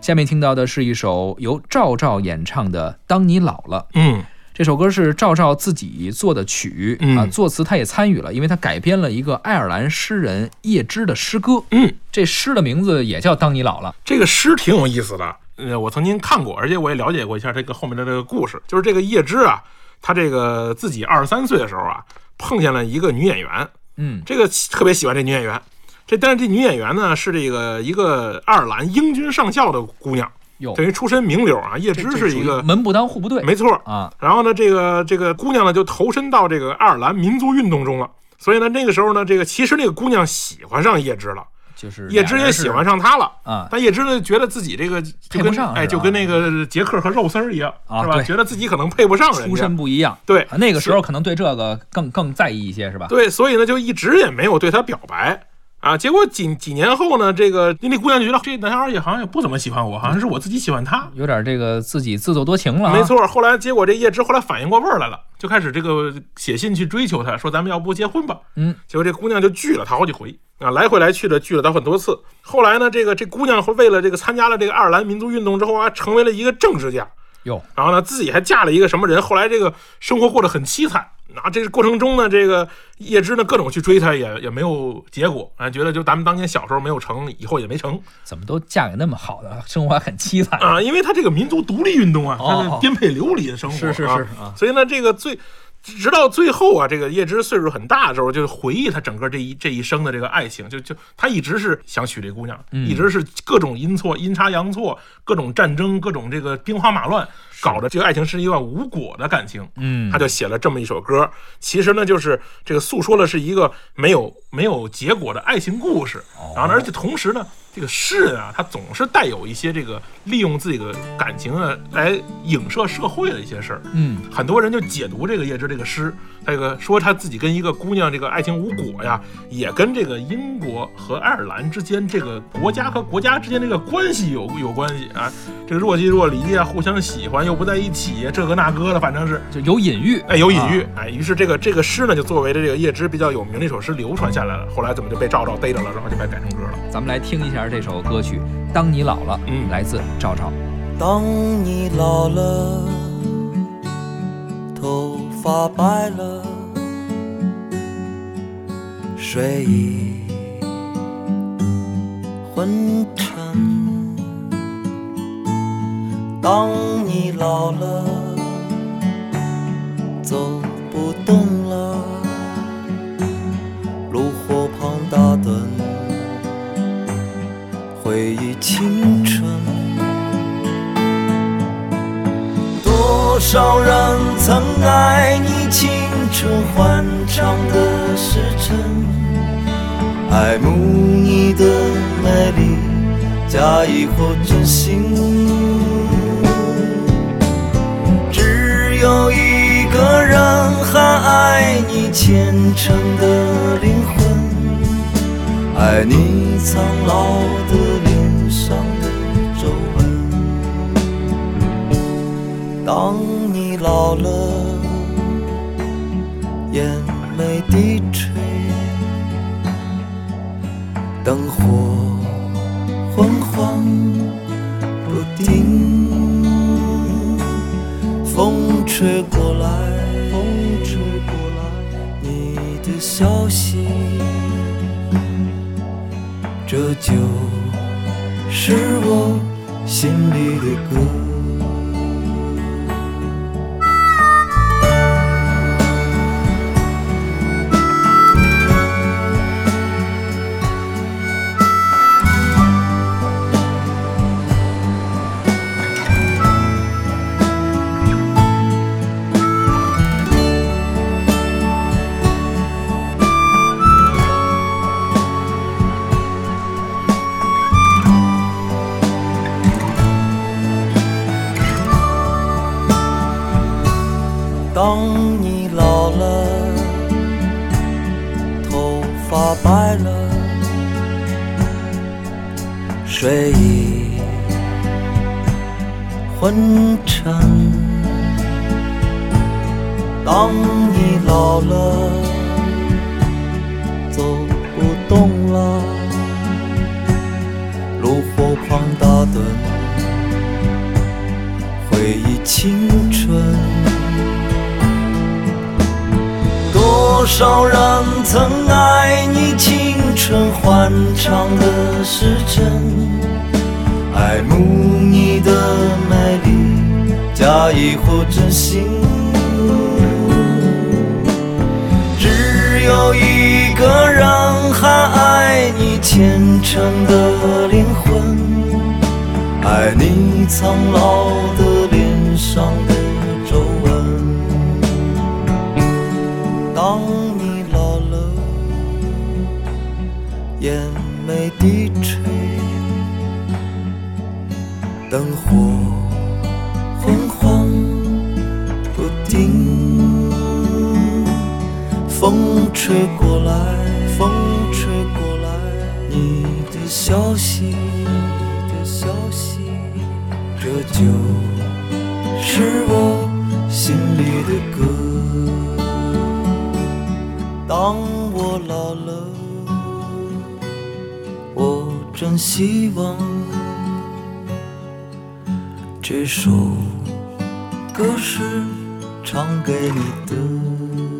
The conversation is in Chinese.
下面听到的是一首由赵照演唱的《当你老了》。这首歌是赵照自己做的曲作词他也参与了，因为他改编了一个爱尔兰诗人叶芝的诗歌。这诗的名字也叫《当你老了》。 这个诗挺有意思的，我曾经看过，而且我也了解过一下这个后面的这个故事。就是这个叶芝啊，他这个自己23岁的时候啊，碰见了一个女演员，这个特别喜欢这女演员。但是这女演员呢，是这个一个爱尔兰英军上校的姑娘，等于出身名流啊。叶芝是一个门不当户不对， 没错啊。然后呢，这个姑娘呢就投身到这个爱尔兰民族运动中了。所以呢，那个时候呢，其实那个姑娘喜欢上叶芝了。就是叶芝也喜欢上他了啊，但叶芝呢觉得自己这个配不上， 就跟那个杰克和肉丝一样是吧？觉得自己可能配不上人家， 出身不一样。 对， 那个时候可能对这个更在意一些，是吧？ 对，所以呢就一直也没有对他表白啊。结果几年后呢，那姑娘就觉得这男孩也好像也不怎么喜欢我，好像是我自己喜欢他， 有点这个自己自作多情了。 没错，后来结果这叶芝后来反应过味儿来了，就开始这个写信去追求他，说咱们要不结婚吧？结果这姑娘就拒了他好几回。来回来去的拒了他很多次。后来呢，这姑娘为了这个参加了这个爱尔兰民族运动之后啊，成为了一个政治家。然后呢，自己还嫁了一个什么人，后来这个生活过得很凄惨。这个过程中呢，这个叶芝呢各种去追他，也没有结果啊，觉得就咱们当年小时候没有成，以后也没成。 怎么都嫁给那么好的，生活还很凄惨啊？因为他这个民族独立运动啊，他是颠沛流离的生活， 是所以呢，直到最后啊，这个叶芝岁数很大的时候，就回忆他整个这一生的这个爱情，就他一直是想娶这姑娘，一直是各种阴差阳错，各种战争，各种这个兵荒马乱，搞的这个爱情是一段无果的感情。他就写了这么一首歌，其实呢就是这个诉说的是一个没有结果的爱情故事。然后而且同时呢，这个诗人啊，他总是带有一些这个利用自己的感情啊来影射社会的一些事儿。很多人就解读这个叶芝这个诗，这个说他自己跟一个姑娘这个爱情无果呀，也跟这个英国和爱尔兰之间这个国家和国家之间这个关系有关系啊。这个若即若离啊，互相喜欢又不在一起，这个那个的，反正是就有隐喻， 有隐喻。于是这个诗呢，就作为这个叶芝比较有名的一首诗流传下来了。后来怎么就被赵照逮着了，然后就被改成歌了。 咱们来听一下这首歌曲《当你老了》，来自赵照。 当你老了，头发白了，睡意昏沉。当你老了，走不动了，炉火旁打盹，回忆青春。多少人曾爱你青春欢畅的时辰，爱慕你的美丽，假意或真心。只有一个人还爱你虔诚的灵魂，爱你苍老的脸上的皱纹。当你老了，眼眉低垂，灯火昏黄不定，风吹过来，你的消息，这就是我心里的歌。当你老了，头发白了，睡意昏沉。当你老了，走不动了，炉火旁打盹， 青春。多少人曾爱你青春欢畅的时辰，爱慕你的美丽，假意或真心。只有一个人还爱你虔诚的灵魂，爱你苍老的脸上的皱纹。当你老了，眼眉低垂，灯火昏黄不定，风吹过来，风吹过来，你的消息，你的消息，这就是我心里的歌。当我老了，我真希望这首歌是唱给你的。